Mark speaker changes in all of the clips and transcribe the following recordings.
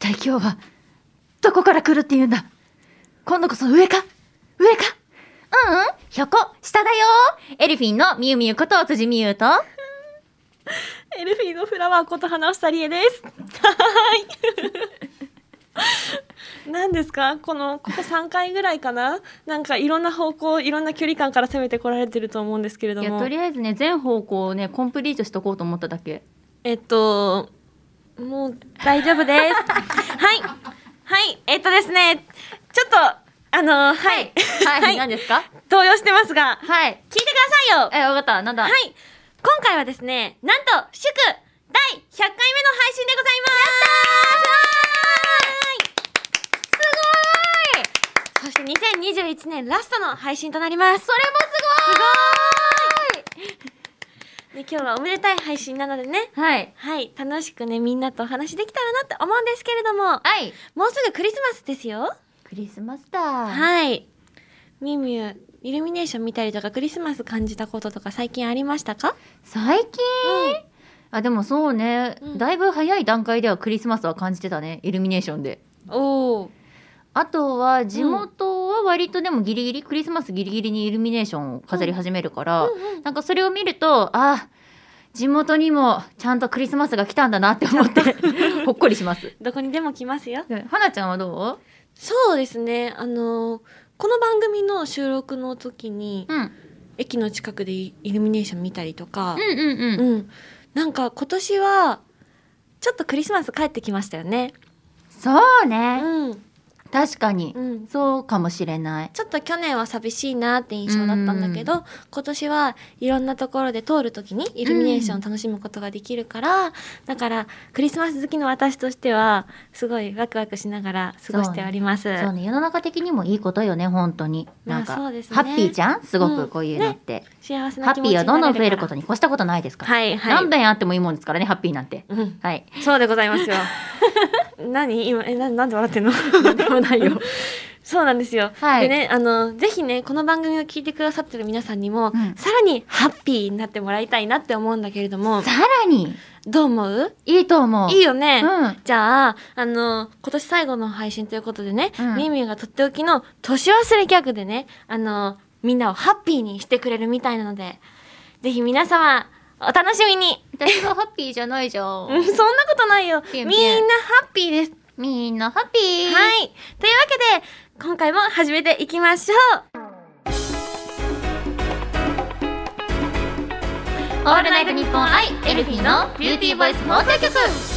Speaker 1: 体今日はどこから来るって言うんだ。今度こそ上か上か。ひょこ下だよ。エルフィンのみゆみゆこと辻みゆと
Speaker 2: エルフィンのフラワーこと花房理恵です。はい。何ですかここ3回ぐらいかな、なんかいろんな方向いろんな距離感から攻めてこられてると思うんですけれども、
Speaker 1: いやとりあえずね全方向をねコンプリートしとこうと思っただけ。
Speaker 2: もう大丈夫です。はいはいですね、ちょっとはい
Speaker 1: はい何ですか。
Speaker 2: 動揺してますが、
Speaker 1: はい
Speaker 2: 聞いてくださいよ。
Speaker 1: わかった。なんだ。
Speaker 2: はい、今回はですね、なんと祝第100回目の配信でございます。そして2021年ラストの配信となります。
Speaker 1: それもすごい。
Speaker 2: で今日はおめでたい配信なのでね、
Speaker 1: はい
Speaker 2: 楽しくねみんなとお話できたらなって思うんですけれども、
Speaker 1: はい、
Speaker 2: もうすぐクリスマスですよ。
Speaker 1: クリスマスだ。
Speaker 2: はい。みゆみゆ、イルミネーション見たりとかクリスマス感じたこととか最近ありましたか？
Speaker 1: 最近、でもそうね、だいぶ早い段階ではクリスマスは感じてたね、イルミネーションで。
Speaker 2: おー。
Speaker 1: あとは地元は割とでもギリギリ、クリスマスギリギリにイルミネーションを飾り始めるから、なんかそれを見ると地元にもちゃんとクリスマスが来たんだなって思ってほっこりします。
Speaker 2: どこにでも来ますよ。
Speaker 1: はなちゃんはどう？
Speaker 2: そうですね、この番組の収録の時に、駅の近くでイルミネーション見たりとか、なんか今年はちょっとクリスマス帰ってきましたよね。
Speaker 1: そうね、確かに、そうかもしれない。
Speaker 2: ちょっと去年は寂しいなって印象だったんだけど、今年はいろんなところで通るときにイルミネーションを楽しむことができるから、だからクリスマス好きの私としてはすごいワクワクしながら過ごしております。
Speaker 1: そうね、世の中的にもいいことよね、本当に。なんか、
Speaker 2: そうですね、
Speaker 1: ハッピーじゃん、すごくこういうのって、
Speaker 2: 幸せな気持ちになれるから。
Speaker 1: ハッピーはどんどん増えることに越したことないですから。何遍あってもいいもんですからね、ハッピーなんて。はい。
Speaker 2: そうでございますよ。何今なんで笑ってんの？
Speaker 1: なんでもないよ。
Speaker 2: そうなんですよ。でね、ぜひねこの番組を聞いてくださってる皆さんにも、さらにハッピーになってもらいたいなって思うんだけれども。
Speaker 1: さらに
Speaker 2: どう思う？
Speaker 1: いいと思う。
Speaker 2: いいよね。じゃあ今年最後の配信ということでね、みみがとっておきの年忘れギャグでね、みんなをハッピーにしてくれるみたいなので、ぜひ皆様お楽しみに。
Speaker 1: 私はハッピーじゃないじゃん。
Speaker 2: そんなことないよ。みんなハッピーです。
Speaker 1: みんなハッピー。
Speaker 2: はい。というわけで今回も始めていきましょう。
Speaker 1: オールナイトニッポン愛エルフィーのビューティーボイス放送局。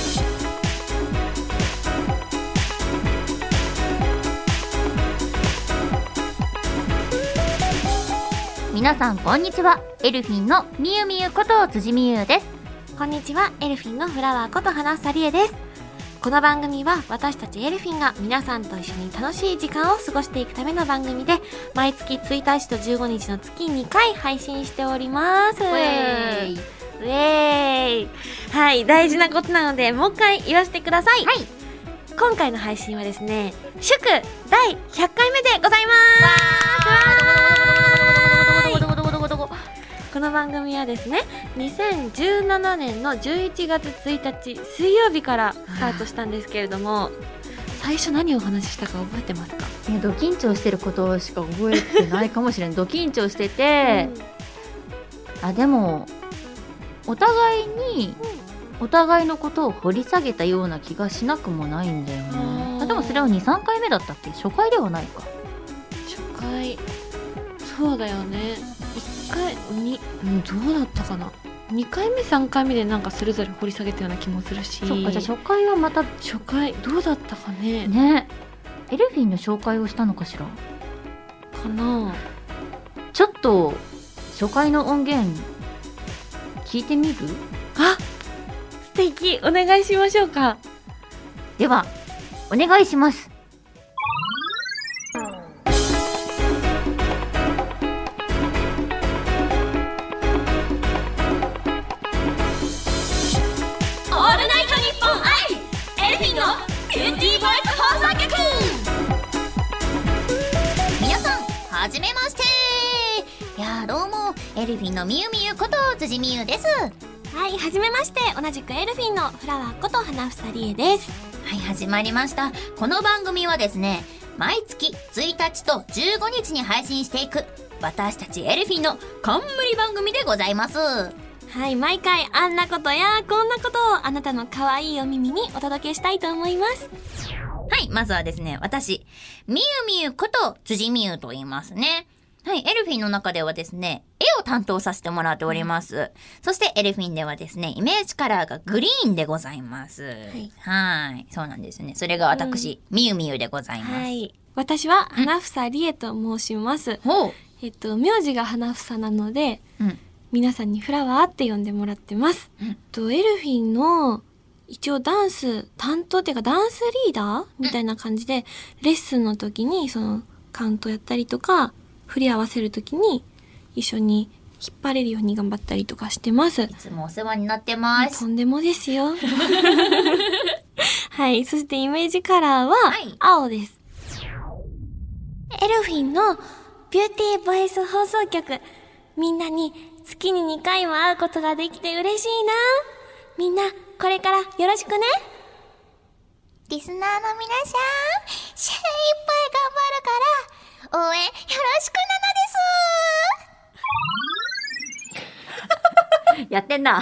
Speaker 1: 皆さんこんにちは、エルフィンのみゆみゆこと辻みゆです。
Speaker 2: こんにちは、エルフィンのフラワーこと花房理恵です。この番組は私たちエルフィンが皆さんと一緒に楽しい時間を過ごしていくための番組で、毎月1日と15日の月2回配信しております。ウェーイ。はい、大事なことなのでもう一回言わせてください。今回の配信はですね、祝第100回目でございます。この番組はですね、2017年の11月1日水曜日からスタートしたんですけれども、最初何をお話ししたか覚えてますか？
Speaker 1: ド緊張してることしか覚えてないかもしれない。ド緊張してて、でもお互いにお互いのことを掘り下げたような気がしなくもないんだよね。でもそれは 2,3 回目だったっけ？初回ではないか。
Speaker 2: 初回、そうだよね。1回に、どうだったかな。2回目3回目でなんかそれぞれ掘り下げたような気もするし。
Speaker 1: そうか、じゃあ初回はまた
Speaker 2: 初回どうだったかね。
Speaker 1: エルフィンの紹介をしたのかしら
Speaker 2: かな。
Speaker 1: ちょっと初回の音源聞いてみる？
Speaker 2: 素敵、お願いしましょうか。
Speaker 1: ではお願いします。
Speaker 3: オールナイトニッポン愛エルフィンのビューティーボイス放送局。皆さんはじめまして。どうもエルフィンのみゆみゆこと辻みゆです。
Speaker 2: はい、はじめまして。同じくエルフィンのフラワーこと花房理恵です。
Speaker 3: はい、始まりました。この番組はですね、毎月1日と15日に配信していく私たちエルフィンの冠番組でございます。
Speaker 2: はい、毎回あんなことやこんなことをあなたの可愛いお耳にお届けしたいと思います。
Speaker 3: はい、まずはですね、私、みゆみゆこと辻みゆと言いますね。はい、エルフィンの中ではですね、絵を担当させてもらっております。そしてエルフィンではですね、イメージカラーがグリーンでございます。はい、そうなんですね。それが私、みゆみゆでございます。
Speaker 2: はい、私は花房理恵と申します。
Speaker 3: ほう。
Speaker 2: 名字が花房なので、皆さんにフラワーって呼んでもらってます。エルフィンの一応ダンス担当っていうかダンスリーダーみたいな感じで、レッスンの時にそのカウントやったりとか、振り合わせる時に一緒に引っ張れるように頑張ったりとかしてます。
Speaker 3: いつもお世話になってます。
Speaker 2: とんでもですよ。はい、そしてイメージカラーは青です。エルフィンのビューティーボイス放送局、みんなに月に2回も会うことができて嬉しいな。みんなこれからよろしくね。
Speaker 3: リスナーの皆さん、精一杯頑張るから応援よろしくなです。
Speaker 1: やってんな。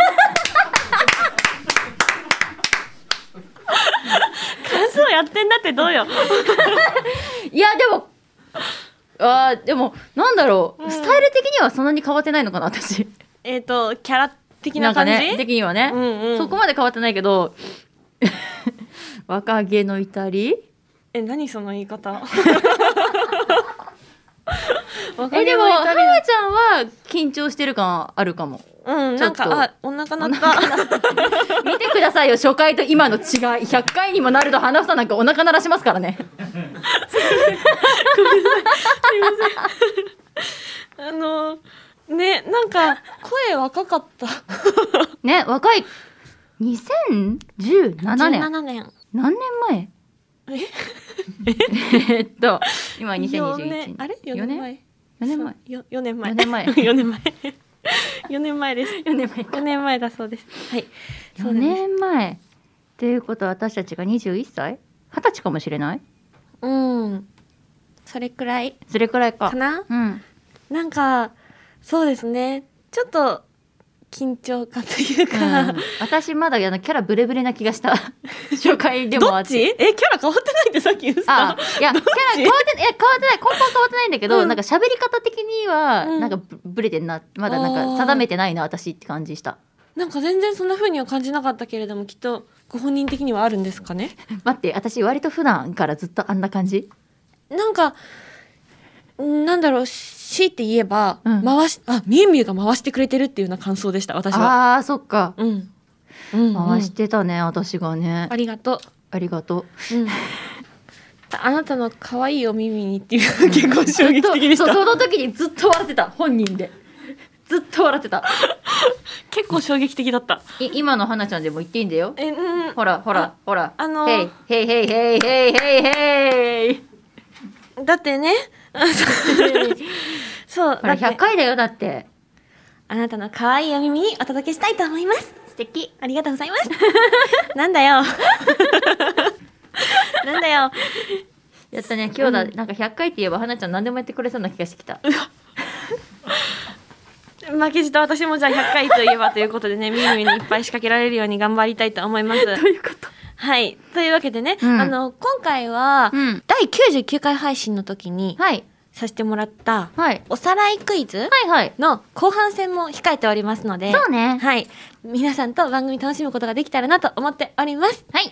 Speaker 2: 感想やってんだってどうよ。
Speaker 1: いやでもなんだろう、スタイル的にはそんなに変わってないのかな私。
Speaker 2: キャラ的な感じ、
Speaker 1: ね、的にはね、そこまで変わってないけど若気の至り。
Speaker 2: 何その言い方。
Speaker 1: でもはなちゃんは緊張してる感あるかも。
Speaker 2: なんかお腹鳴った。
Speaker 1: 見てくださいよ、初回と今の違い。100回にもなると花房なんかお腹鳴らしますからね。すい
Speaker 2: ません。ね、なんか声若かった。
Speaker 1: ね、若い。2017年。
Speaker 2: 17年。
Speaker 1: 何年前？今2021年。
Speaker 2: あれ？4年前。
Speaker 1: 4年前。
Speaker 2: 4年前。
Speaker 1: 4年前。
Speaker 2: 4年前。4年前です。
Speaker 1: 4年前。
Speaker 2: 4年前だそうです。はい。
Speaker 1: 4年前。っていうことは私たちが21歳？20歳かもしれない？
Speaker 2: それくらい。
Speaker 1: それくらいか。
Speaker 2: かな？なんか、そうですね。ちょっと緊張感というか、
Speaker 1: 私まだキャラブレブレな気がした。初回でもあって。
Speaker 2: どっち？キャラ変わってないってさっき言ってた。
Speaker 1: いや、キャラ変わってない。根本変わってないんだけど、なんか喋り方的にはなんかブレてんな。まだなんか定めてないな私って感じした。
Speaker 2: なんか全然そんな風には感じなかったけれども、きっとご本人的にはあるんですかね。
Speaker 1: 待って、私割と普段からずっとあんな感じ？
Speaker 2: なんかなんだろう、強いて言えば、みゆみゆが回してくれてるっていうような感想でした、私は。
Speaker 1: そっか。回してたね、私がね。
Speaker 2: ありがとう。
Speaker 1: ありがとう。
Speaker 2: あなたの可愛いお耳にっていう結構衝撃的でした。
Speaker 1: その時にずっと笑ってた、本人で。ずっと笑ってた。
Speaker 2: 結構衝撃的だった。
Speaker 1: 今の花ちゃんでも言っていいんだよ。ほら。
Speaker 2: ヘイ
Speaker 1: ヘイヘイヘイヘイヘイヘイ。
Speaker 2: だってね。そう。
Speaker 1: ほら、100回だよ、だって。
Speaker 2: あなたの可愛いお耳にお届けしたいと思います。
Speaker 1: 素敵。
Speaker 2: ありがとうございます。なんだよ。なんだよ。
Speaker 1: やったね、今日だ、なんか100回って言えば花ちゃん何でもやってくれそうな気がしてきた。
Speaker 2: 負けじと私もじゃあ100回といえばということでね、みゆみゆにいっぱい仕掛けられるように頑張りたいと思います。
Speaker 1: どういうこと？
Speaker 2: はい。というわけでね、今回は、第99回配信の時に、させてもらった、おさらいクイズの後半戦も控えておりますので、
Speaker 1: そうね。
Speaker 2: はい。皆さんと番組楽しむことができたらなと思っております。
Speaker 1: はい。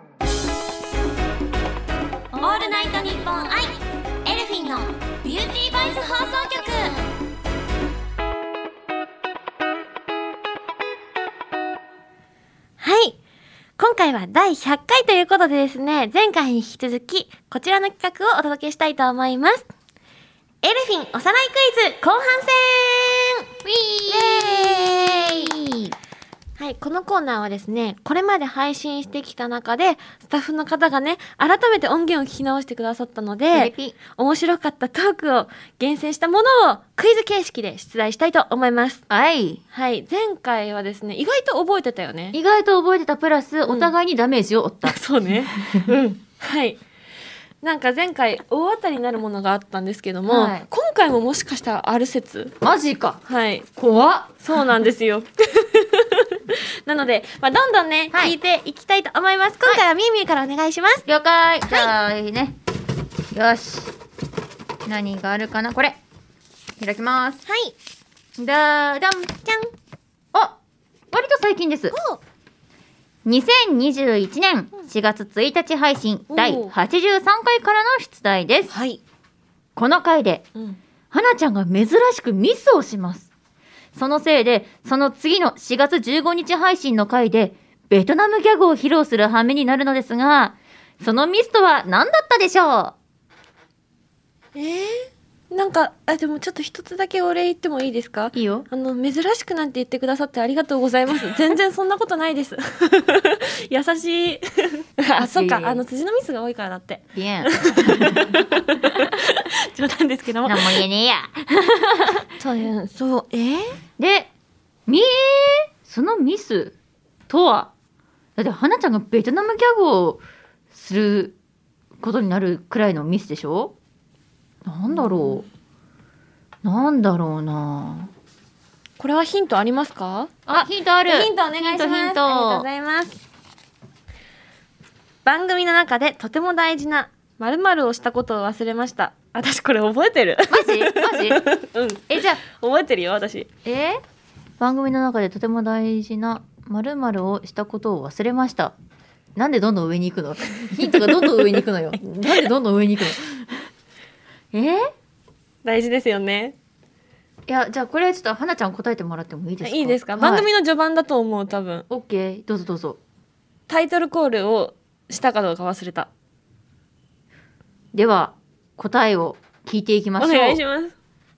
Speaker 3: オールナイトニッポン愛エルフィンのビューティーバイス放送局。
Speaker 2: はい。今回は第100回ということでですね、前回に引き続き、こちらの企画をお届けしたいと思います。エルフィンおさらいクイズ後半戦。
Speaker 1: ウィーイ。
Speaker 2: はい、このコーナーはですね、これまで配信してきた中で、スタッフの方がね、改めて音源を聞き直してくださったので、面白かったトークを厳選したものをクイズ形式で出題したいと思います。
Speaker 1: はい。
Speaker 2: はい、前回はですね、意外と覚えてたよね。
Speaker 1: 意外と覚えてたプラス、お互いにダメージを負った。
Speaker 2: そうね。うん。はい。なんか前回大当たりになるものがあったんですけども、
Speaker 1: はい、
Speaker 2: 今回ももしかしたらある説。
Speaker 1: マジか。
Speaker 2: はい。
Speaker 1: 怖っ。
Speaker 2: そうなんですよ。なので、どんどんね、聞いていきたいと思います。今回はみゆみゆからお願いします。
Speaker 1: 了解。じゃあね。よし。何があるかな、これ。開きます。
Speaker 2: はい。
Speaker 1: だーだん。じゃん。あ、割と最近です。2021年4月1日配信第83回からの出題です。
Speaker 2: はい。
Speaker 1: この回で、はなちゃんが珍しくミスをします。そのせいで、その次の4月15日配信の回で、ベトナムギャグを披露する羽目になるのですが、そのミスとは何だったでしょう？
Speaker 2: なんか、でもちょっと一つだけお礼言ってもいいですか？
Speaker 1: いいよ。
Speaker 2: 珍しくなんて言ってくださってありがとうございます。全然そんなことないです。優しい。あ、そっか、辻のミスが多いからだって。
Speaker 1: いや。
Speaker 2: 冗談ですけども。
Speaker 1: なんも言えねえや。
Speaker 2: そう、
Speaker 1: で、そのミスとは、だって花ちゃんがベトナムギャグをすることになるくらいのミスでしょ？なんだろうな。
Speaker 2: これはヒントありますか？
Speaker 1: ヒントある。
Speaker 2: ヒントお願いします。ありがとうございます。番組の中でとても大事な〇〇をしたことを忘れました。私これ覚えてる。
Speaker 1: マジ？
Speaker 2: うん。
Speaker 1: じゃあ
Speaker 2: 覚えてるよ私。
Speaker 1: 番組の中でとても大事な〇〇をしたことを忘れました。なんでどんどん上に行くの？ヒントがどんどん上に行くのよ。なんでどんどん上に行くの？
Speaker 2: 大事ですよね。
Speaker 1: いや、じゃあこれはちょっと花ちゃん答えてもらってもいいですか？
Speaker 2: いいですか？番組の序盤だと思う、多分。
Speaker 1: オッケー、どうぞどうぞ。
Speaker 2: タイトルコールをしたかどうか忘れた。
Speaker 1: では答えを聞いていきましょう。
Speaker 2: お願いします。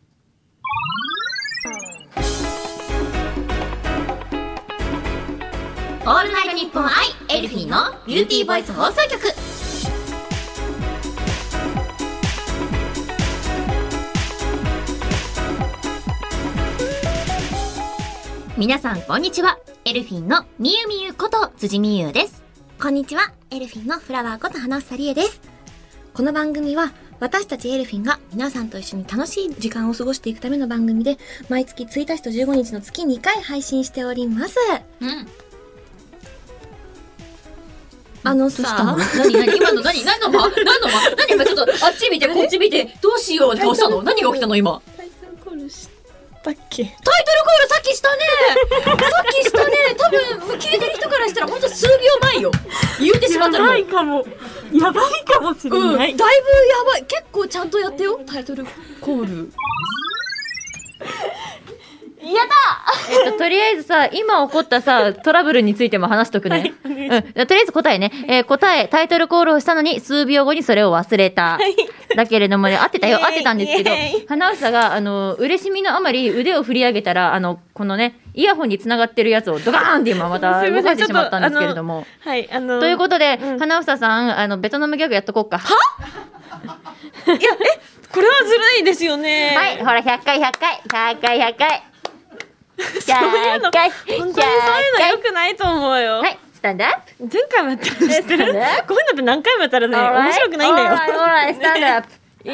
Speaker 3: オールナイトニッポンアイエルフィーのビューティーボイス放送局。皆さんこんにちは。エルフィンのみゆみゆこと辻みゆです。
Speaker 2: こんにちは。エルフィンのフラワーこと花房理恵です。この番組は私たちエルフィンが皆さんと一緒に楽しい時間を過ごしていくための番組で、毎月1日と15日の月2回配信しております。
Speaker 3: どうしたの？何今の何の間今ちょっとあっち見てこっち見てどうしようって顔したの？何が起きたの今？
Speaker 2: タイトルコールしたっけ？
Speaker 3: タイトルコールさっきしたね。多分聞いてる人からしたらほんと数秒前よ。言ってしまったの。
Speaker 2: やばいかもしれない。
Speaker 3: だいぶやばい。結構ちゃんとやってよ。タイトルコール。
Speaker 2: やだ。
Speaker 1: とりあえずさ、今起こったさトラブルについても話しとくね。とりあえず答えね。タイトルコールをしたのに数秒後にそれを忘れた。だけれどもね、合ってたんですけど、花房が嬉しみのあまり腕を振り上げたらこのねイヤホンにつながってるやつをドカーンって今また動かしてしまったんですけれども。ということで、花房さんベトナムギャグやっとこうか。
Speaker 2: いやこれはずるいですよね。
Speaker 1: はい、ほら100回。
Speaker 2: そういうの本当にそういうの良くないと思うよ。
Speaker 1: はい、スタンドアップ。
Speaker 2: 前回もやったら知ってる？こういうのって何回もやったらね、面白くないんだよ。
Speaker 1: オーライスタンドアップ。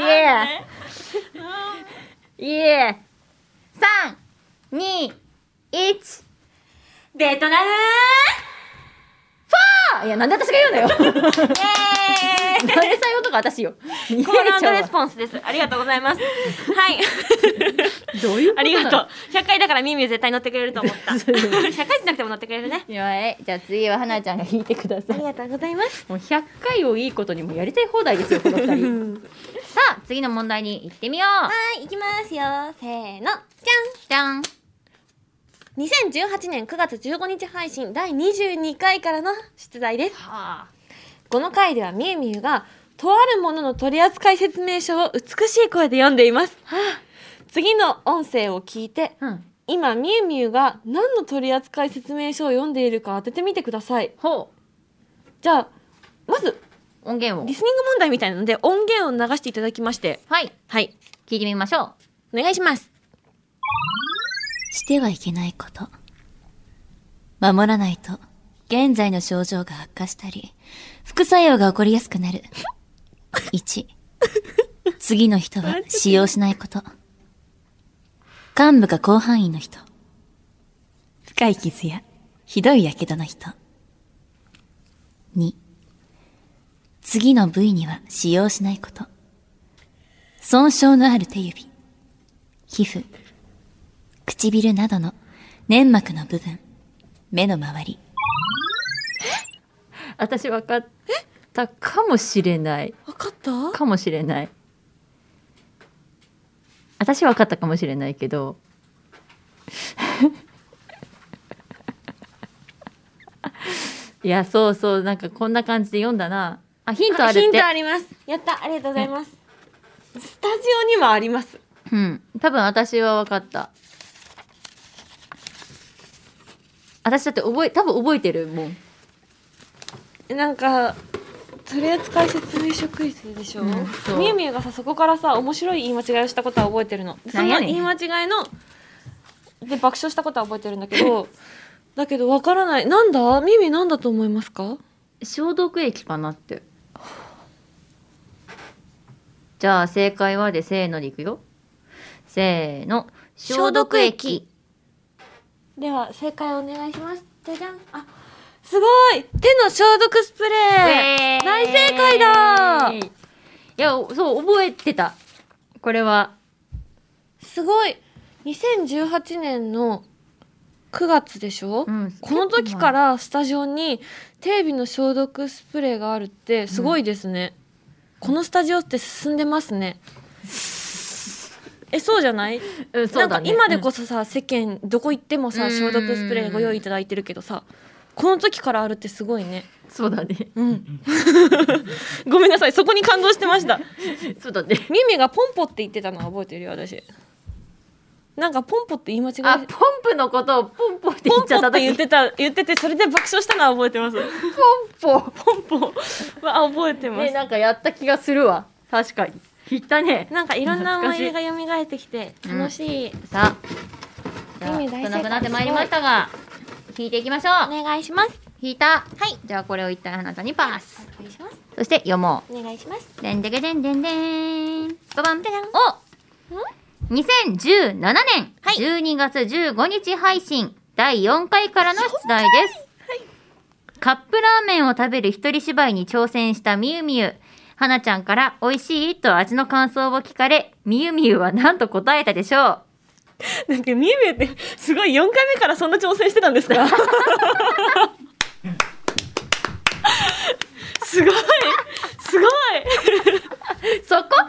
Speaker 1: イエー。3、2、1。
Speaker 3: ベトナム
Speaker 1: いや、なんで私が言うのよ。なんで最後とか私よ。
Speaker 2: コール&レスポンスです。ありがとうございます。はい。
Speaker 1: どういうこと？
Speaker 2: ありがとう。100回だからミミ絶対乗ってくれると思った。100回じゃなくても乗ってくれるね。
Speaker 1: じゃあ次は花ちゃんが弾いてください。
Speaker 2: ありがとうございます。
Speaker 1: もう100回をいいことにもやりたい放題ですよ、この2人。さあ、次の問題に行ってみよう。
Speaker 2: はい、行きますよ。せーの。
Speaker 1: じゃん。
Speaker 2: 2018年9月15日配信第22回からの出題です。この回ではみゆみゆがとあるものの取扱説明書を美しい声で読んでいます。次の音声を聞いて、 今みゆみゆが何の取扱説明書を読んでいるか当ててみてください。
Speaker 1: ほ
Speaker 2: じゃあまず
Speaker 1: う。音源を
Speaker 2: リスニング問題みたいなので音源を流していただきまして、
Speaker 1: はい
Speaker 2: はい、
Speaker 1: 聞いてみましょう。
Speaker 2: お願いします。
Speaker 3: してはいけないこと。守らないと、現在の症状が悪化したり、副作用が起こりやすくなる。1、次の人は使用しないこと。幹部が広範囲の人。深い傷や、ひどい火傷の人。2、次の部位には使用しないこと。損傷のある手指、皮膚、唇などの粘膜の部分、目の周り。
Speaker 1: 私分かったかもしれない。
Speaker 2: わかった？
Speaker 1: かもしれない。私分かったかもしれないけどいやそうそう、なんかこんな感じで読んだなあ。ヒントあるって。
Speaker 2: ヒントあります。やった、ありがとうございます。スタジオにもあります。
Speaker 1: うん、多分私は分かった。私だって多分覚えてるもん。
Speaker 2: なんか取扱説明書クイズでしょ、
Speaker 1: そう
Speaker 2: みゆみゆがさそこからさ面白い言い間違いをしたことは覚えてるの。その
Speaker 1: なんやねん
Speaker 2: 言い間違いので爆笑したことは覚えてるんだけどだけどわからない。なんだみゆみゆなんだと思いますか？
Speaker 1: 消毒液かなって。じゃあ正解はでせーのでいくよ。せーの、消毒液。
Speaker 2: では正解お願いします。じゃじゃん。あ、すごい、手の消毒スプレー、大正解だ。
Speaker 1: いやそう覚えてた。これは
Speaker 2: すごい。2018年の9月でしょ、
Speaker 1: うん、
Speaker 2: この時からスタジオにテレビの消毒スプレーがあるってすごいですね、このスタジオって進んでますね。そうじゃない、
Speaker 1: うんそうだね、
Speaker 2: なんか今でこそさ、世間どこ行ってもさ消毒スプレーご用意いただいてるけどさ、この時からあるってすごいね。
Speaker 1: そうだね、
Speaker 2: うんごめんなさい、そこに感動してました
Speaker 1: そうだね。
Speaker 2: ミミがポンポって言ってたのは覚えてるよ。私なんかポンポって言い間違え、
Speaker 1: あ、ポンプのことをポンポって言っちゃった時、
Speaker 2: ポンポって言ってて、それで爆笑したのは覚えてます
Speaker 1: ポンポ
Speaker 2: ポンポは覚えてます、
Speaker 1: ね、なんかやった気がするわ。確かに言ったね。
Speaker 2: なんかいろんな思い出が蘇ってきて楽しい、
Speaker 1: さあ、じゃあ
Speaker 2: 意味大正解
Speaker 1: 少なくなってまいりましたが、引いていきましょう。
Speaker 2: お願いします。
Speaker 1: 引いた。はい。じゃあこれを一旦あなたにパス。
Speaker 2: お願いします。
Speaker 1: そして読も
Speaker 2: お願いします。
Speaker 1: う。でんでけでんでんでん。ババン。
Speaker 2: でん
Speaker 1: お、2017年12月15日配信第4回からの出題です。カップラーメンを食べる一人芝居に挑戦したみゆみゆ。はなちゃんから美味しいと味の感想を聞かれ、みゆみゆは何と答えたでしょう。
Speaker 2: なんかみゆみゆってすごい4回目からそんな挑戦してたんですかすごいすごい
Speaker 1: そこ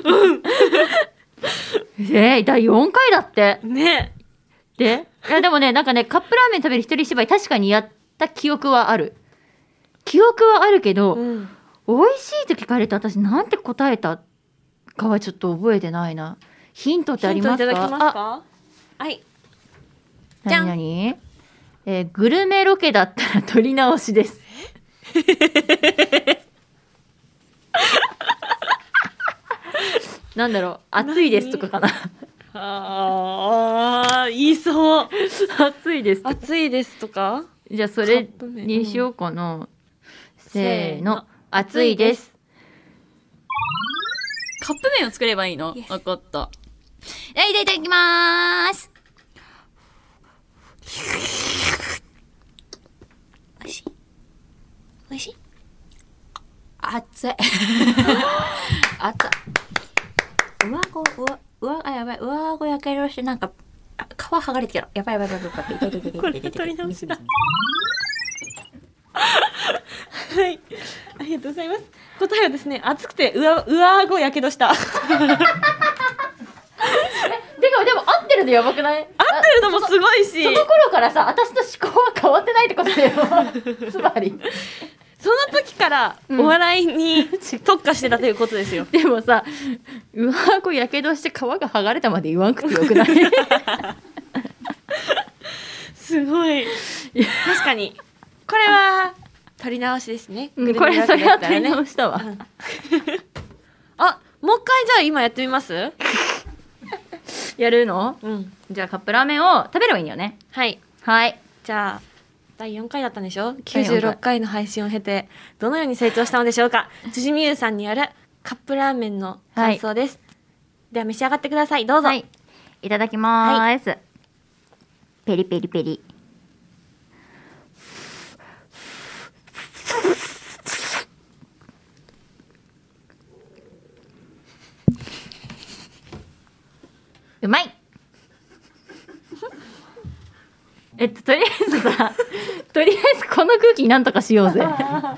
Speaker 1: 第4回だって
Speaker 2: ね。
Speaker 1: で、いやでもね、なんかね、カップラーメン食べる一人芝居確かにやった記憶はあるけど、美味しいと聞かれて私なんて答えたかはちょっと覚えてないな。ヒントってありますか？
Speaker 2: ヒントいただけますか？はい。じゃん。
Speaker 1: 何？グルメロケだったら撮り直しです。なんだろう、暑いですとかかな。
Speaker 2: 言いそう。
Speaker 1: 暑いです。
Speaker 2: 暑いですとか？
Speaker 1: じゃあそれにしようかな。せーの、暑いです。
Speaker 3: カップ麺を作ればいいの？わかった。はい、いただきまーす。おいしい？おいしい？熱い。熱い。やばい。上顎焼けるし、なんか、皮剥がれてきた。やばい。
Speaker 2: これ取り直しだ。はい。ありがとうございます。答えはですね、熱くて上顎やけどした。
Speaker 1: でも合ってるのやばくない？合
Speaker 2: ってるのもすごいし、
Speaker 1: その頃からさ、私の思考は変わってないってことだよ。つまり。
Speaker 2: その時からお笑いに特化してたということですよ。
Speaker 1: でもさ、上顎やけどして皮が剥がれたまで言わんくてよくない？
Speaker 2: すごい。確かにこれは撮り直しですね。
Speaker 1: これそれは撮り直したわ。
Speaker 2: あ、もう一回じゃあ今やってみます？
Speaker 1: やるの？じゃあカップラーメンを食べればいいんだよね。
Speaker 2: はい。
Speaker 1: はい。
Speaker 2: じゃあ第4回だったんでしょ。96回の配信を経てどのように成長したのでしょうか。辻美優さんによるカップラーメンの感想です。では召し上がってください。どうぞ。
Speaker 1: いただきます。ペリペリペリ。うまい。とりあえずさ、とりあえずこの空気なんとかしようぜ。で、花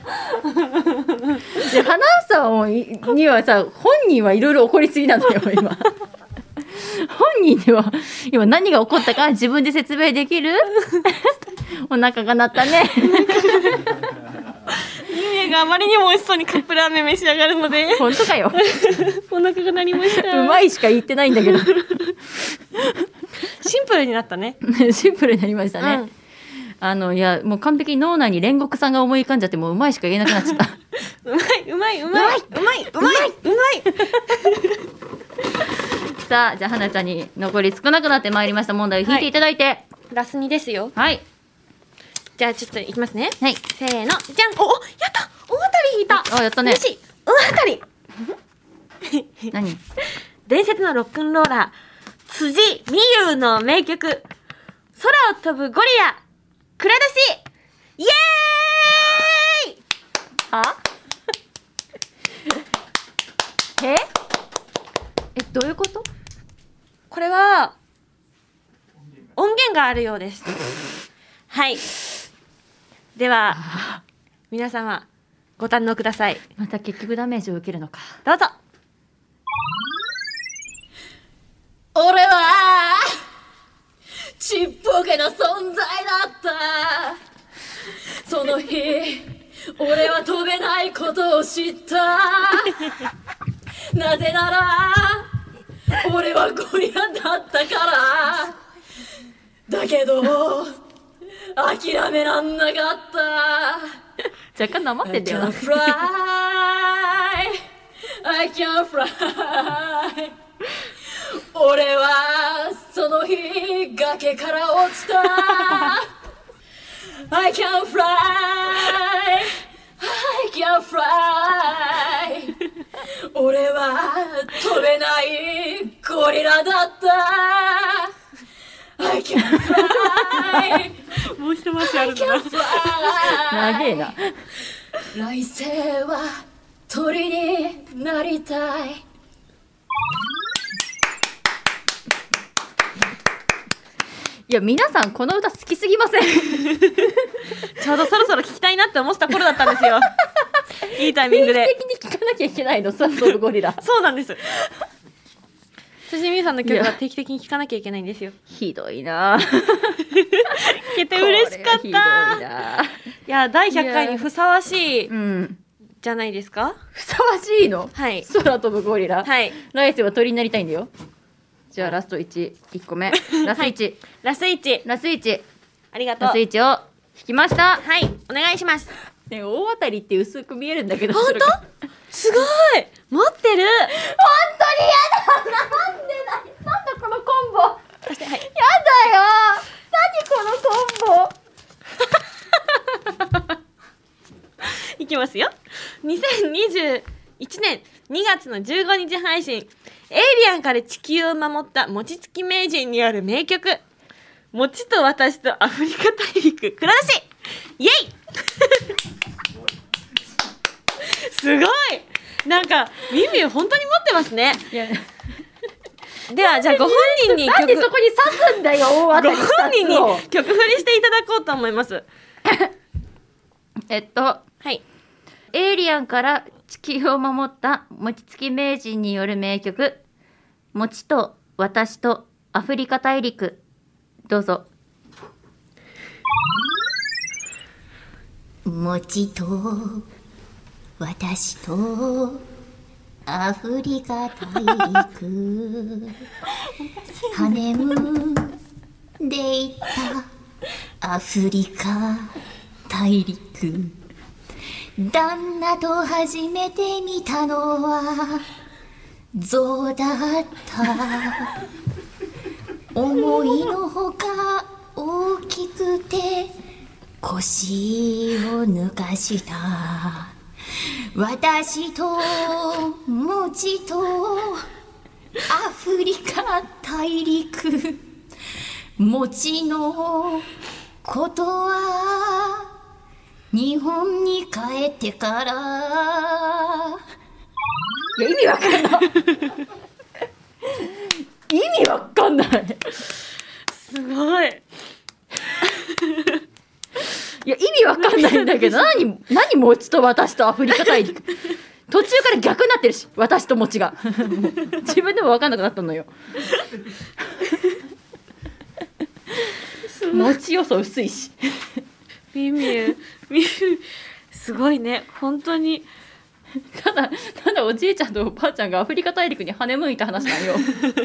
Speaker 1: さんにはさ、本人はいろいろ怒りすぎなのよ今。本人には今何が起こったか自分で説明できる？お腹が鳴ったね。
Speaker 2: ゆめがあまりにも美味しそうにカップラーメン召し上がるので。
Speaker 1: 本当かよ。
Speaker 2: お腹が鳴りました。
Speaker 1: うまいしか言ってないんだけど。
Speaker 2: シンプルになったね。
Speaker 1: シンプルになりましたね。いやもう完璧に脳内に煉獄さんが思い浮かんじゃってもううまいしか言えなくなっちゃった。さあじゃあ花ちゃんに残り少なくなってまいりました問題を引いていただいて、
Speaker 2: ラス2ですよ。
Speaker 1: はい。
Speaker 2: じゃあちょっといきますね。
Speaker 1: はい。
Speaker 2: せーの、じゃん。お、やった大当たり引いた。
Speaker 1: あ、やったね。
Speaker 2: 嬉しい。大当たり。
Speaker 1: 何？
Speaker 2: 伝説のロックンローラー辻美優の名曲空を飛ぶゴリラ蔵出しイエーイ。
Speaker 1: どういうこと？
Speaker 2: これは音源があるようです。はい。では皆様ご堪能ください。
Speaker 1: また結局ダメージを受けるのか。
Speaker 2: どうぞ。
Speaker 3: 俺はちっぽけな存在だった。その日俺は飛べないことを知った。なぜなら俺はゴリラだったから。だけど諦めらんなかった。
Speaker 1: 若干なまってんだよな。
Speaker 3: I can fly 俺はその日崖から落ちた。 I can fly I can fly 俺は飛べないゴリラだった。 I can fly
Speaker 2: もう一回しあるんだな。
Speaker 1: 長えな。
Speaker 3: 来世は鳥になりたい。
Speaker 1: いや皆さんこの歌好きすぎません？
Speaker 2: ちょうどそろそろ聞きたいなって思ってた頃だったんですよ。いいタイミングで。
Speaker 1: 定期的に聴かなきゃいけないの、空飛ぶゴリラ。
Speaker 2: そうなんです。辻美優さんの曲は定期的に聴かなきゃいけないんですよ。
Speaker 1: ひどいな。
Speaker 2: 聞けて嬉しかった。
Speaker 1: ひどいな。
Speaker 2: いや第100回にふさわしい
Speaker 1: うん
Speaker 2: じゃないですか。
Speaker 1: ふさわしいの？
Speaker 2: はい。
Speaker 1: 空飛ぶゴリラ。
Speaker 2: はい。
Speaker 1: 来世は鳥になりたいんだよ。じゃあラスト1個目。ラス1、
Speaker 2: ラス1。
Speaker 1: ラス1、
Speaker 2: ありがとう。
Speaker 1: ラス1を引きました。
Speaker 2: はい、お願いします。
Speaker 1: ね、大当たりって薄く見えるんだけど。
Speaker 2: 本当？すごい。持ってる。
Speaker 1: 本当にやだ。なんでだ。なんだこのコンボ。
Speaker 2: はい。
Speaker 1: やだよ。何このコンボ。
Speaker 2: いきますよ。2021年2月の15日配信、エイリアンから地球を守った餅つき名人による名曲、餅と私とアフリカ大陸蔵出しイエイすごい。なんかミミュ本当に持ってますね。
Speaker 1: いや
Speaker 2: ではじゃあご本人に
Speaker 1: なんでそこに刺すんだよ。大当たり
Speaker 2: ご本人に曲振りしていただこうと思います。
Speaker 1: はい 。 エイリアンから地球を守った餅つき名人による名曲、餅と私とアフリカ大陸、どうぞ。
Speaker 4: 餅と私とアフリカ大陸ハネムーンで行ったアフリカ大陸。旦那と初めて見たのは象だった。思いのほか大きくて腰を抜かした。私と餅とアフリカ大陸。餅のことは日本に帰ってから。
Speaker 1: いや意味わかんない意味わかんない
Speaker 2: すごい。
Speaker 1: いや意味わかんないんだけど何餅と私とアフリカ大陸途中から逆になってるし、私と餅が自分でもわかんなくなったのよ餅要素薄いし
Speaker 2: みゆすごいね本当に。
Speaker 1: ただおじいちゃんとおばあちゃんがアフリカ大陸にハネムーンいた話なんよなんで。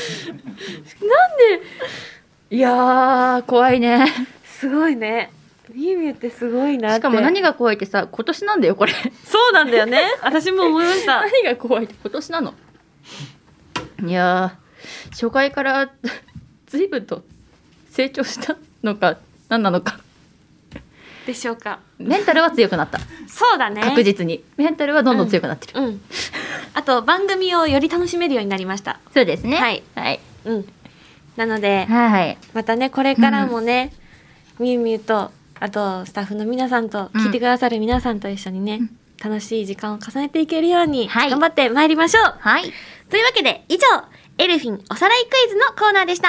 Speaker 1: いやー怖いね。
Speaker 2: すごいね。みゆってすごいなって。
Speaker 1: しかも何が怖いってさ、今年なんだよこれ。
Speaker 2: そうなんだよね。私も思いました
Speaker 1: 何が怖いって今年なの。いやー初回から随分と成長したのか何なのか
Speaker 2: でしょうか。
Speaker 1: メンタルは強くなった。
Speaker 2: そうだね。
Speaker 1: 確実にメンタルはどんどん強くなってる。
Speaker 2: うん。あと番組をより楽しめるようになりました。
Speaker 1: そうですね。
Speaker 2: はい
Speaker 1: はい。
Speaker 2: うん。なので、
Speaker 1: はい。
Speaker 2: またねこれからもね、みゆみゆとあとスタッフの皆さんと聞いてくださる皆さんと一緒にね、楽しい時間を重ねていけるように頑張ってまいりましょう。
Speaker 1: はい。
Speaker 2: というわけで以上エルフィンおさらいクイズのコーナーでした。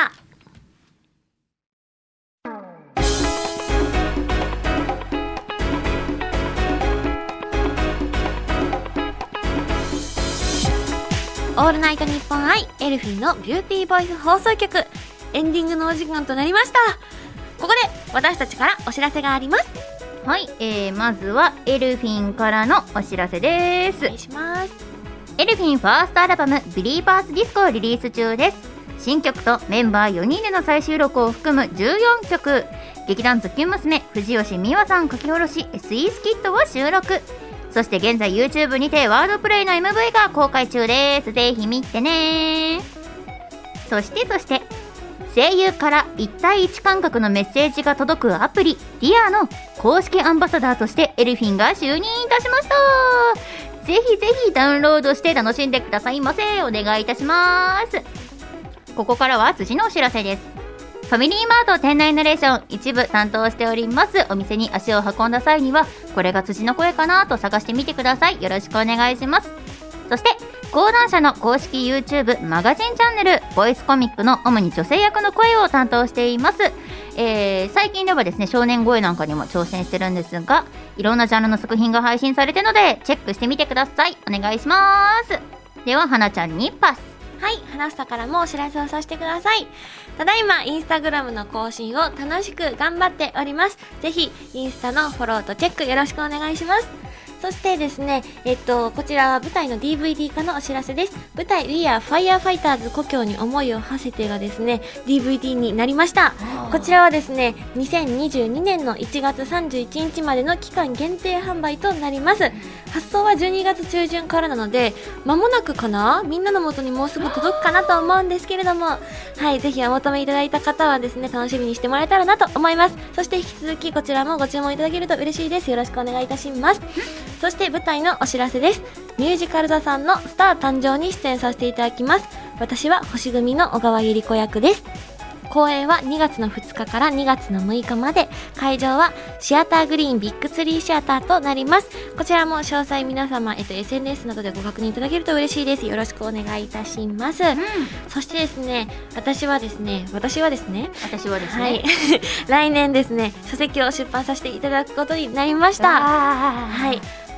Speaker 2: オールナイトニッポンアイエルフィンのビューティーボイス放送局エンディングのお時間となりました。ここで私たちからお知らせがあります。
Speaker 3: はい、まずはエルフィンからのお知らせです。
Speaker 2: お願いします。
Speaker 3: エルフィンファーストアルバムビリーバースディスコをリリース中です。新曲とメンバー4人での再収録を含む14曲、劇団ズッキュン娘藤吉美和さん書き下ろし SE スキットを収録。そして現在 YouTube にてワードプレイの MV が公開中です。ぜひ見てね。そして声優から1対1感覚のメッセージが届くアプリ Dear の公式アンバサダーとしてエルフィンが就任いたしました。ぜひダウンロードして楽しんでくださいませ。お願いいたします。ここからは辻のお知らせです。ファミリーマート店内ナレーション一部担当しております。お店に足を運んだ際にはこれが辻の声かなと探してみてください。よろしくお願いします。そして講談社の公式 YouTube マガジンチャンネルボイスコミックの主に女性役の声を担当しています。最近ではですね少年声なんかにも挑戦してるんですが、いろんなジャンルの作品が配信されてるのでチェックしてみてください。お願いします。では花ちゃんにパス。
Speaker 2: はい、花房からもお知らせをさせてください。ただいまインスタグラムの更新を楽しく頑張っております。ぜひインスタのフォローとチェックよろしくお願いします。そしてですね、こちらは舞台の DVD 化のお知らせです。舞台 We Are Firefighters 故郷に思いを馳せてがですね DVD になりました。こちらはですね2022年の1月31日までの期間限定販売となります。発送は12月中旬からなので間もなくかな、みんなの元にもうすぐ届くかなと思うんですけれども、はい、ぜひお求めいただいた方はですね楽しみにしてもらえたらなと思います。そして引き続きこちらもご注文いただけると嬉しいです。よろしくお願いいたします。そして舞台のお知らせです。ミュージカル座さんのスター誕生に出演させていただきます。私は星組の小川百合子役です。公演は2月の2日から2月の6日まで、会場はシアターグリーンビッグツリーシアターとなります。こちらも詳細皆様、SNS などでご確認いただけると嬉しいです。よろしくお願いいたします。そしてですね、私はですね、はい、来年ですね、書籍を出版させていただくことになりました。はい、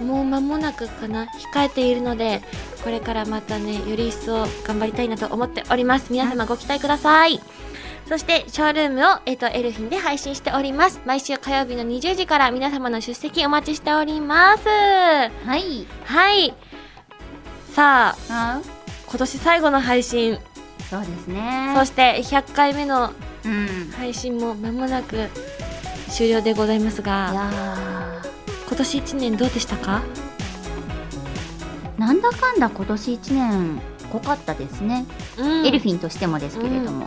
Speaker 2: もう間もなくかな、控えているので、これからまたね、より一層頑張りたいなと思っております。皆様ご期待ください。そしてショールームを、エルフィンで配信しております。毎週火曜日の20時から皆様の出席お待ちしております。
Speaker 3: はい
Speaker 2: はい。さあ、今年最後の配信
Speaker 1: そうですね。
Speaker 2: そして100回目の
Speaker 1: うん。
Speaker 2: 配信も間もなく終了でございます
Speaker 1: い
Speaker 2: が、
Speaker 1: や
Speaker 2: 今年1年どうでしたか？
Speaker 1: ーなんだかんだ今年1年濃かったですね、エルフィンとしてもですけれども、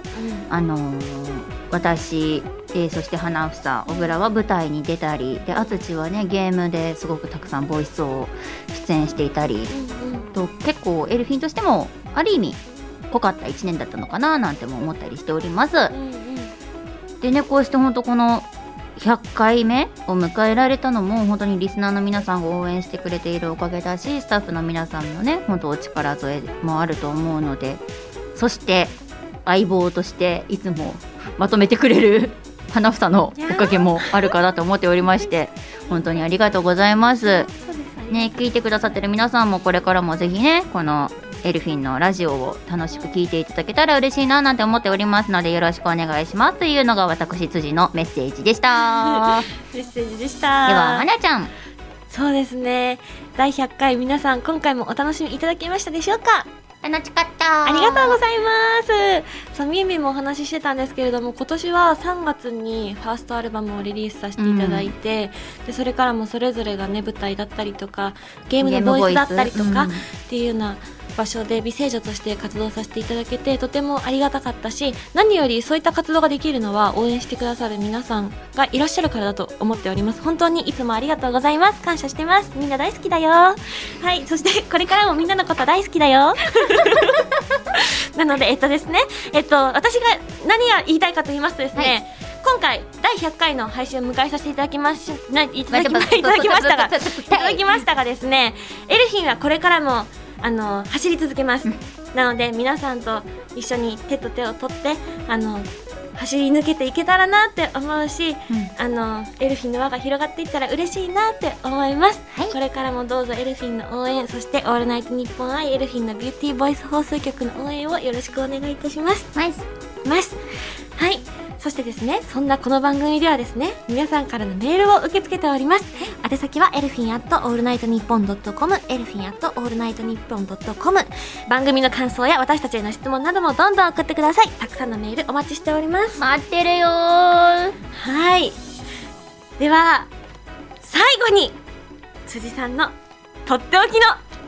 Speaker 1: 私、そして花房小倉は舞台に出たりで、淳はねゲームですごくたくさんボイスを出演していたりと、結構エルフィンとしてもある意味濃かった1年だったのかななんても思ったりしております。でね、こうして本当この100回目を迎えられたのも本当にリスナーの皆さんが応援してくれているおかげだし、スタッフの皆さんのね本当お力添えもあると思うので、そして相棒としていつもまとめてくれる花房のおかげもあるかなと思っておりまして、本当にありがとうございます。ね、聞いてくださってる皆さんもこれからもぜひねこのエルフィンのラジオを楽しく聞いていただけたら嬉しいななんて思っておりますので、よろしくお願いしますというのが私辻のメッセージでした
Speaker 2: メッセージでした。
Speaker 1: では花ちゃん。
Speaker 2: そうですね、第100回皆さん今回もお楽しみいただけましたでしょうか？
Speaker 1: 楽しかった。
Speaker 2: ありがとうございます。さあみゆみゆもお話ししてたんですけれども、今年は3月にファーストアルバムをリリースさせていただいて、でそれからもそれぞれがね舞台だったりとかゲームのボイスだったりとかっていうような場所で美声女として活動させていただけてとてもありがたかったし、何よりそういった活動ができるのは応援してくださる皆さんがいらっしゃるからだと思っております。本当にいつもありがとうございます。感謝してます。みんな大好きだよ。はい、そしてこれからもみんなのこと大好きだよなのでですね、私が何が言いたいかと言いますとですね、今回第100回の配信を迎えさせていただきましたがですね、エルフィンはこれからも走り続けます。なので皆さんと一緒に手と手を取って走り抜けていけたらなって思うし、エルフィンの輪が広がっていったら嬉しいなって思います、これからもどうぞエルフィンの応援、そしてオールナイトニッポン愛エルフィンのビューティーボイス放送局の応援をよろしくお願いいたします。はい、そしてですね、そんなこの番組ではですね、皆さんからのメールを受け付けております。宛先はエルフィン@allnightnippon.com、エルフィン@allnightnippon.com。番組の感想や私たちへの質問などもどんどん送ってください。たくさんのメールお待ちしております。
Speaker 1: 待ってるよー。
Speaker 2: はい。では最後に辻さんのとっておきの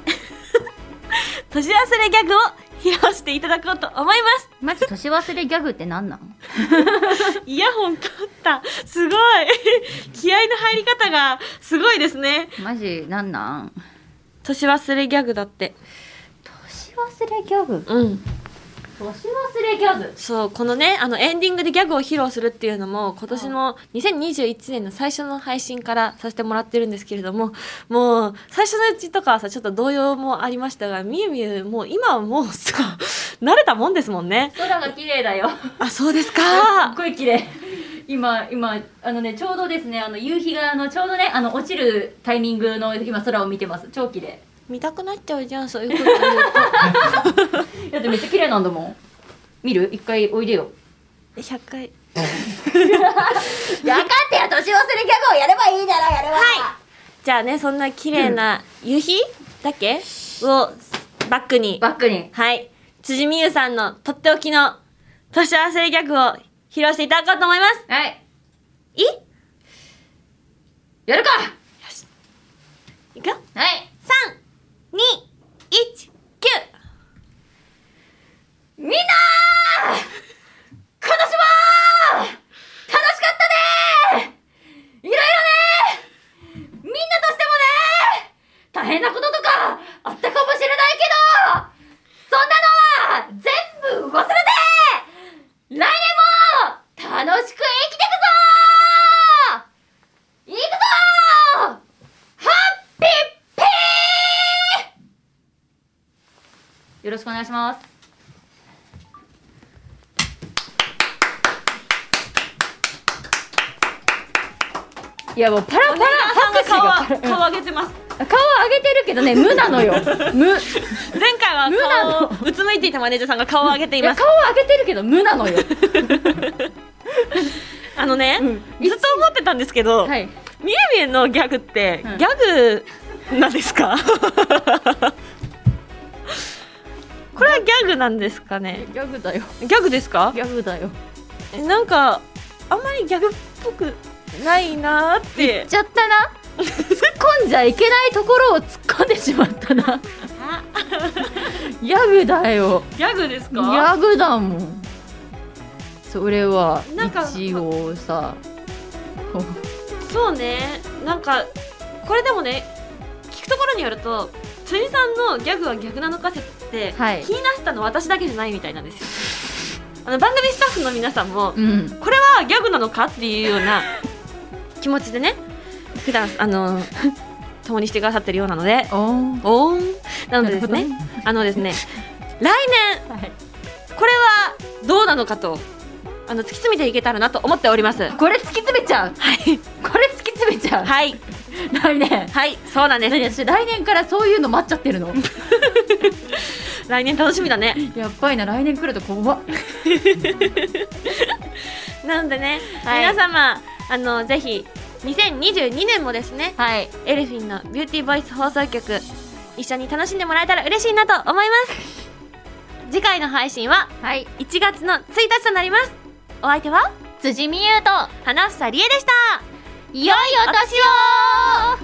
Speaker 2: 年忘れギャグを披露していただこうと思います。
Speaker 1: まず年忘れギャグって何なん？
Speaker 2: イヤホン取った。すごい気合の入り方がすごいですね。
Speaker 1: マジ何なん？
Speaker 2: 年忘れギャグだって。
Speaker 1: 年忘れギャグ？
Speaker 2: うん。
Speaker 1: 年忘れギャグ。
Speaker 2: そう、このねエンディングでギャグを披露するっていうのも今年の2021年の最初の配信からさせてもらってるんですけれども、もう最初のうちとかはさちょっと動揺もありましたが、みゆみゆもう今はもうすごい慣れたもんですもんね。
Speaker 1: 空が綺麗だよ。
Speaker 2: あ、そうですか。
Speaker 1: すっごい綺麗。今ちょうどですね夕日がちょうどね落ちるタイミングの今空を見てます。超綺麗。
Speaker 2: 見たくなっちゃうじゃん、そういうこと言うと。
Speaker 1: だってめっちゃ綺麗なんだもん。見る？一回おいでよ。
Speaker 2: 100回。
Speaker 1: 分かってよ、年忘れギャグをやればいいだろ、やれば。はい。
Speaker 2: じゃあね、そんな綺麗な夕日だっけをバックに。はい。辻美優さんのとっておきの年忘れギャグを披露していただこうと思います。
Speaker 1: はい。
Speaker 2: やるか。
Speaker 1: よし。
Speaker 2: いくよ。
Speaker 1: はい。
Speaker 2: 3、2、1、9。
Speaker 1: みんなー今年も楽しかったねー。いろいろね、みんなとしてもね大変なこととかあったかもしれないけど、そんなのは全部忘れて来年も楽しく生きてくぞー。いくぞー。ハッピーピー。よろしくお願いします。いやもうパラパラ拍手が
Speaker 2: 顔上げてます。
Speaker 1: 顔上げてるけどね、無なのよ。無。
Speaker 2: 前回は顔をうつむいていたマネージャーさんが顔を上げています。
Speaker 1: 顔上げてるけど無なのよ。
Speaker 2: ずっと思ってたんですけど、
Speaker 1: はい、
Speaker 2: みゆみゆのギャグって、ギャグなんですか？これはギャグなんですかね。
Speaker 1: ギャグだよ。
Speaker 2: ギャグですか？
Speaker 1: ギャグだよ。
Speaker 2: なんかあんまりギャグっぽくないなーって
Speaker 1: 言っちゃったな。突っ込んじゃいけないところを突っ込んでしまったな。ギャグだよ。
Speaker 2: ギャグです
Speaker 1: ギ
Speaker 2: か？
Speaker 1: ャグだもん。それは
Speaker 2: なんか
Speaker 1: 一応さ。
Speaker 2: そうね、なんかこれでもね、聞くところによると辻さんのギャグは逆なのか説って、
Speaker 1: はい、
Speaker 2: 気になったの私だけじゃないみたいなんですよ。番組スタッフの皆さんも、
Speaker 1: うん、
Speaker 2: これはギャグなのかっていうような気持ちでね普段共にしてくださってるようなので、おーんなのでですね、ですね、来年、はい、これはどうなのかと突き詰めていけたらなと思っております。
Speaker 1: これ突き詰めちゃう。
Speaker 2: はい、
Speaker 1: これ突き詰めちゃう。
Speaker 2: はい、
Speaker 1: 来年、
Speaker 2: はい、そうなんです。
Speaker 1: 私来年からそういうの待っちゃってるの。
Speaker 2: 来年楽しみだね。
Speaker 1: やっぱりな、来年来ると怖っ。
Speaker 2: なのでね、
Speaker 1: はい、
Speaker 2: 皆様ぜひ2022年もですね、
Speaker 1: はい、
Speaker 2: エルフィンのビューティーボイス放送局一緒に楽しんでもらえたら嬉しいなと思います。次回の配信は1月の1日となります。お相手は
Speaker 1: 辻美優と
Speaker 2: 花房理恵でした。
Speaker 1: 良いお年を。